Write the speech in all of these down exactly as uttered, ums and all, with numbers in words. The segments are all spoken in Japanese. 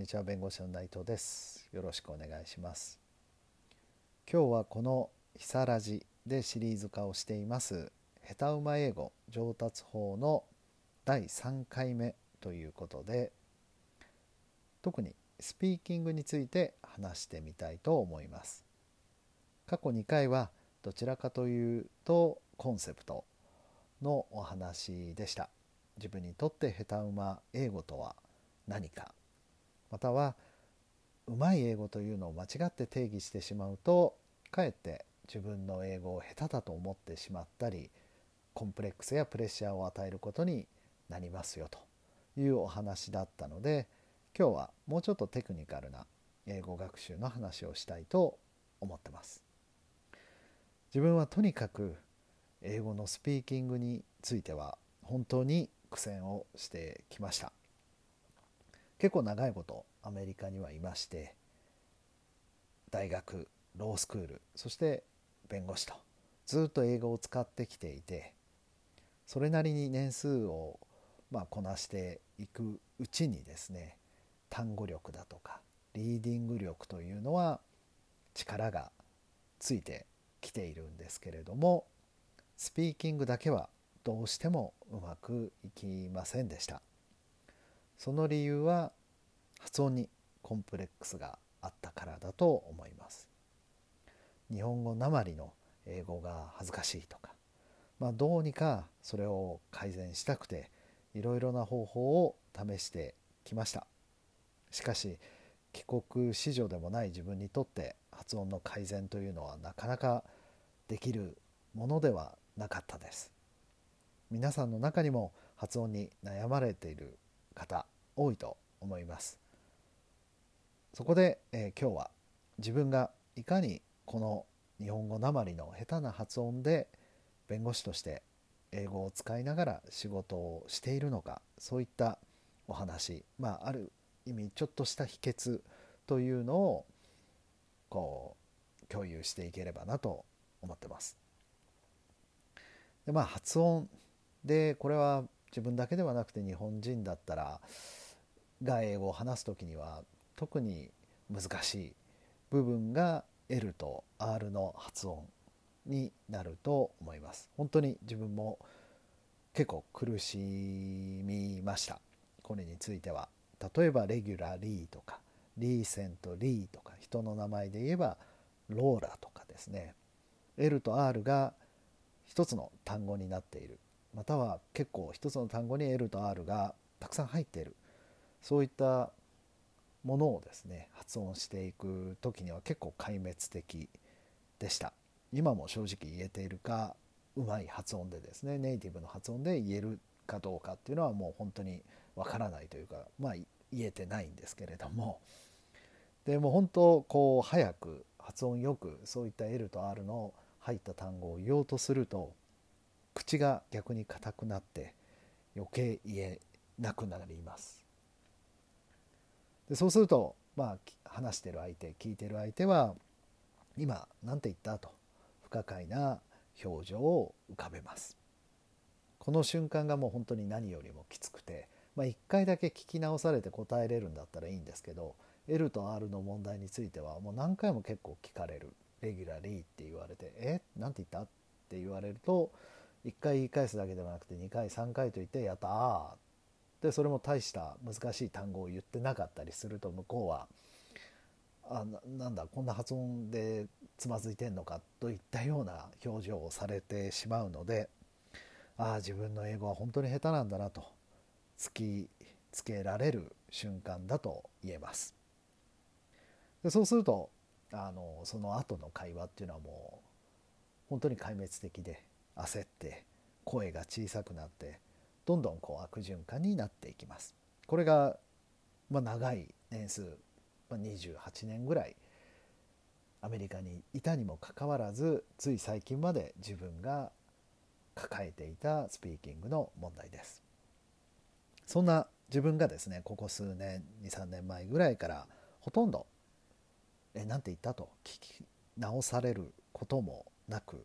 にちは。弁護士の内藤です。よろしくお願いします。今日はこのひさらじでシリーズ化をしています下手馬英語上達法のだいさんかいめということで、特にスピーキングについて話してみたいと思います。過去にかいはどちらかというとコンセプトのお話でした。自分にとって下手馬英語とは何か、またはうまい英語というのを間違って定義してしまうと、かえって自分の英語を下手だと思ってしまったり、コンプレックスやプレッシャーを与えることになりますよというお話だったので、今日はもうちょっとテクニカルな英語学習の話をしたいと思ってます。自分はとにかく英語のスピーキングについては本当に苦戦をしてきました。結構長いことアメリカにはいまして、大学、ロースクール、そして弁護士とずっと英語を使ってきていて、それなりに年数をまあこなしていくうちにですね、単語力だとかリーディング力というのは力がついてきているんですけれども、スピーキングだけはどうしてもうまくいきませんでした。その理由は発音にコンプレックスがあったからだと思います。日本語なまりの英語が恥ずかしいとか、まあ、どうにかそれを改善したくていろいろな方法を試してきました。しかし帰国子女でもない自分にとって発音の改善というのはなかなかできるものではなかったです。皆さんの中にも発音に悩まれている方多いと思います。そこで、えー今日は自分がいかにこの日本語なまりの下手な発音で弁護士として英語を使いながら仕事をしているのか、そういったお話、まあ、ある意味ちょっとした秘訣というのをこう共有していければなと思ってます。で、まあ、発音でこれは自分だけではなくて日本人だったらが英語を話す時には特に難しい部分が エル と アール の発音になると思います。本当に自分も結構苦しみました。これについては例えばレギュラリーとかリーセントリーとか、人の名前で言えばローラとかですね、 エル と アール が一つの単語になっている、または結構一つの単語に エル と アール がたくさん入っている、そういったものをですね発音していく時には結構壊滅的でした。今も正直言えているか、うまい発音でですねネイティブの発音で言えるかどうかっていうのはもう本当にわからないというか、まあ言えてないんですけれども、でも本当こう早く発音よくそういった エル と アール の入った単語を言おうとすると口が逆に硬くなって余計言えなくなります。でそうすると、まあ、話してる相手聞いてる相手は今なんて言ったと不可解な表情を浮かべます。この瞬間がもう本当に何よりもきつくて、まあ、いっかいだけ聞き直されて答えれるんだったらいいんですけど、 エル と アール の問題についてはもう何回も結構聞かれる。レギュラリーって言われて、えなんて言ったって言われると、いっかい言い返すだけではなくてにかいさんかいと言って、やったーで、それも大した難しい単語を言ってなかったりすると、向こうはあ な, なんだこんな発音でつまずいてんのかといったような表情をされてしまうので、ああ自分の英語は本当に下手なんだなと突きつけられる瞬間だと言えます。でそうするとあのその後の会話っていうのはもう本当に壊滅的で、焦って声が小さくなってどんどんこう悪循環になっていきます。これが、まあ、長い年数、まあ、にじゅうはちねんぐらいアメリカにいたにもかかわらず、つい最近まで自分が抱えていたスピーキングの問題です。そんな自分がですね、ここ数年にさんねんまえぐらいからほとんどえなんて言ったと聞き直されることもなく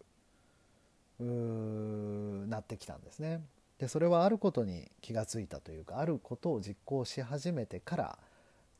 なってきたんですね。でそれはあることに気がついたというか、あることを実行し始めてから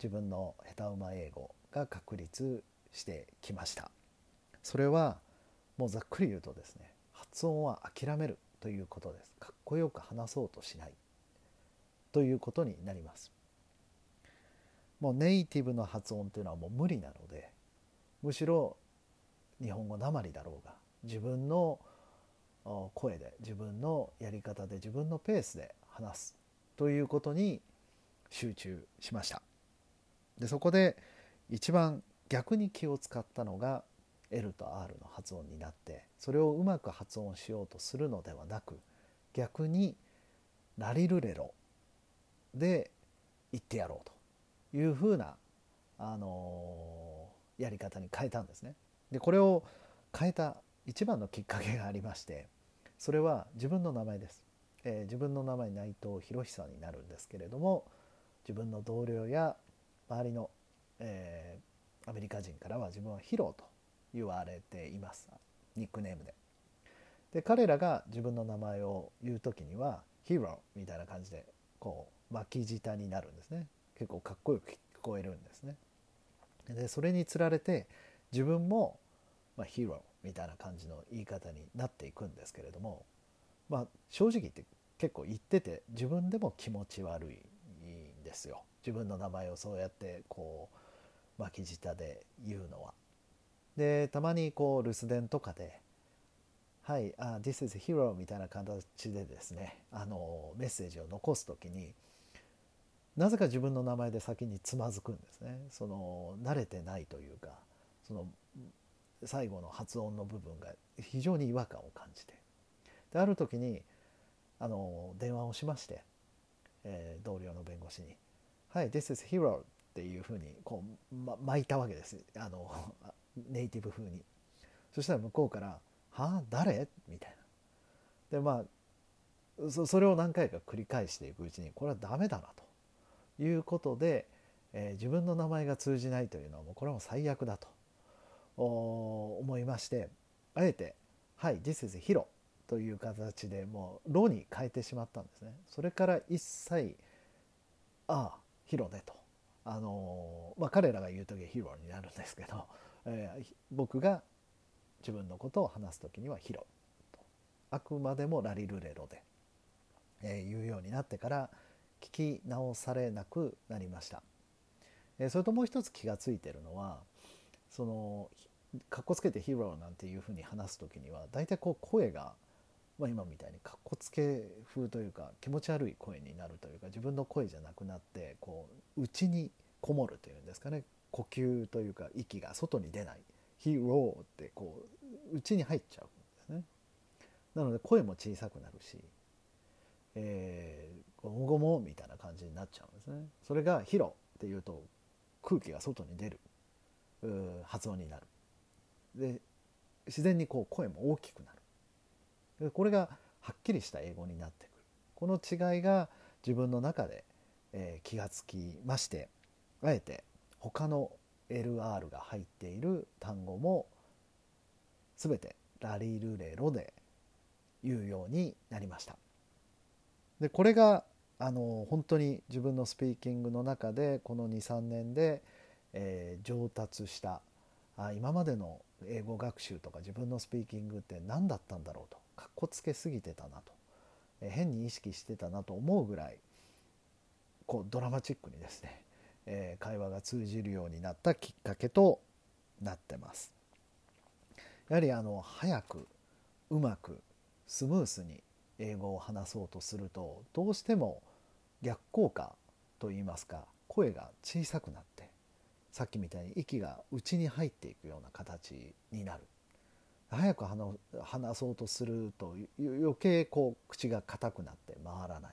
自分の下手馬英語が確立してきました。それはもうざっくり言うとですね、発音は諦めるということです。かっこよく話そうとしないということになります。もうネイティブの発音というのはもう無理なので、むしろ日本語なまりだろうが自分の声で自分のやり方で自分のペースで話すということに集中しました。でそこで一番逆に気を使ったのが L と R の発音になって、それをうまく発音しようとするのではなく、逆にラリルレロで言ってやろうというふうな、あのー、やり方に変えたんですね。でこれを変えた一番のきっかけがありまして、それは自分の名前です。えー、自分の名前内藤博久になるんですけれども、自分の同僚や周りの、えー、アメリカ人からは自分はヒロと言われています、ニックネームで。で彼らが自分の名前を言う時にはヒーローみたいな感じでこう巻き舌になるんですね。結構かっこよく聞こえるんですね。でそれにつられて自分も、まあ、ヒーローみたいな感じの言い方になっていくんですけれども、まあ、正直言って結構言ってて自分でも気持ち悪いんですよ。自分の名前をそうやってこう巻き舌で言うのは。でたまにこう留守電とかではい、あ、This is Hero みたいな形でですね、あのメッセージを残すときになぜか自分の名前で先につまずくんですね。その慣れてないというか、その最後の発音の部分が非常に違和感を感じて、である時にあの電話をしまして、えー同僚の弁護士に「はい、This is Hero」っていうふうにこう、ま、巻いたわけです、あのネイティブ風に。そしたら向こうから「はあ誰?」みたいな。でまあ そ, それを何回か繰り返していくうちにこれはダメだなということで、えー自分の名前が通じないというのはもうこれはもう最悪だと思いまして、あえて「はい This is Hiro」という形でもう「ロ」に変えてしまったんですね。それから一切「ああヒロね」と、あのーまあ、彼らが言う時はヒロになるんですけど、えー僕が自分のことを話す時にはヒロと、あくまでもラリルレロで、えー言うようになってから聞き直されなくなりました。えーそれともう一つ気がついているのは、そのかっこつけてヒーローなんていうふうに話す時には大体こう声が、まあ、今みたいにかっこつけ風というか気持ち悪い声になるというか、自分の声じゃなくなってこう内にこもるというんですかね、呼吸というか息が外に出ない、ヒーローってこう内に入っちゃうんですね。なので声も小さくなるし、えー、ゴモゴモみたいな感じになっちゃうんですね。それがヒロっていうと空気が外に出る発音になる。で自然にこう声も大きくなる。でこれがはっきりした英語になってくる。この違いが自分の中で、えー気がつきまして、あえて他の エルアール が入っている単語も全てラリルレロで言うようになりました。でこれがあの本当に自分のスピーキングの中でこの にさんねんで、えー上達した、あ今までの英語学習とか自分のスピーキングって何だったんだろうと、かっこつけすぎてたなと、えー変に意識してたなと思うぐらいこうドラマチックにですね、えー会話が通じるようになったきっかけとなってます。やはりあの早くうまくスムースに英語を話そうとするとどうしても逆効果といいますか、声が小さくなってさっきみたいに息が内に入っていくような形になる。早く話そうとすると余計こう口が硬くなって回らない。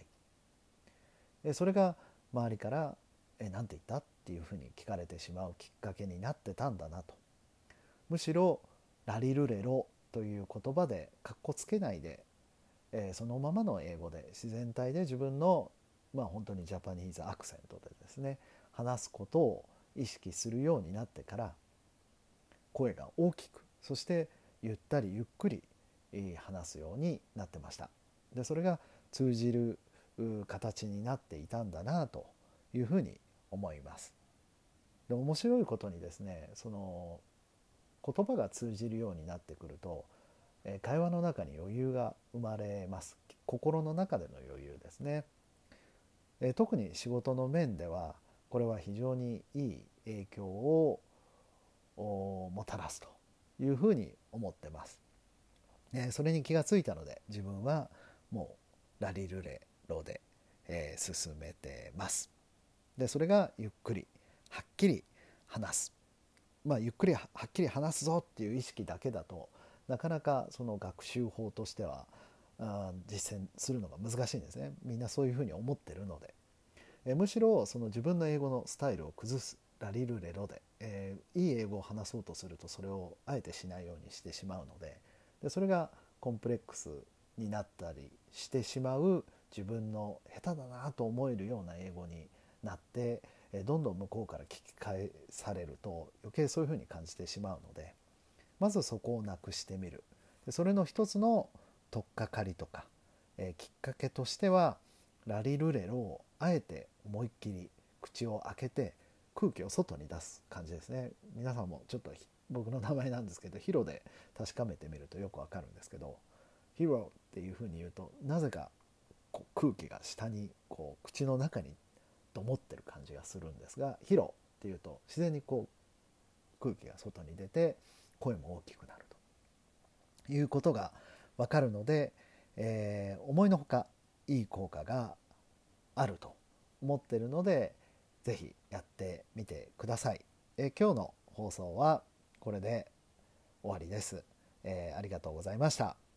それが周りから「えなんて言った?」っていうふうに聞かれてしまうきっかけになってたんだなと。むしろラリルレロという言葉でかっこつけないで、えーそのままの英語で自然体で自分のまあ本当にジャパニーズアクセントでですね話すことを意識するようになってから、声が大きくそしてゆったりゆっくり話すようになってました。でそれが通じる形になっていたんだなというふうに思います。 で面白いことにですね、その言葉が通じるようになってくると、え会話の中に余裕が生まれます。心の中での余裕ですね。え特に仕事の面ではこれは非常にいい影響をもたらすというふうに思ってます。えそれに気がついたので自分はもうラリルレロで、えー、進めてます。でそれがゆっくりはっきり話す、まあ、ゆっくりはっきり話すぞっていう意識だけだとなかなかその学習法としてはあ実践するのが難しいんですね。みんなそういうふうに思ってるので、えむしろその自分の英語のスタイルを崩すラリルレロで、えー、いい英語を話そうとするとそれをあえてしないようにしてしまうので、でそれがコンプレックスになったりしてしまう、自分の下手だなと思えるような英語になって、えー、どんどん向こうから聞き返されると余計そういうふうに感じてしまうので、まずそこをなくしてみる。でそれの一つの取っかかりとか、えー、きっかけとしてはラリルレロをあえて思いっきり口を開けて空気を外に出す感じですね。皆さんもちょっと僕の名前なんですけどヒロで確かめてみるとよくわかるんですけど、ヒロっていうふうに言うとなぜかこう空気が下にこう口の中にと思ってる感じがするんですが、ヒロっていうと自然にこう空気が外に出て声も大きくなるということがわかるので、えー、思いのほかいい効果があると思っているので、ぜひやってみてください。えー、今日の放送はこれで終わりです。えー、ありがとうございました。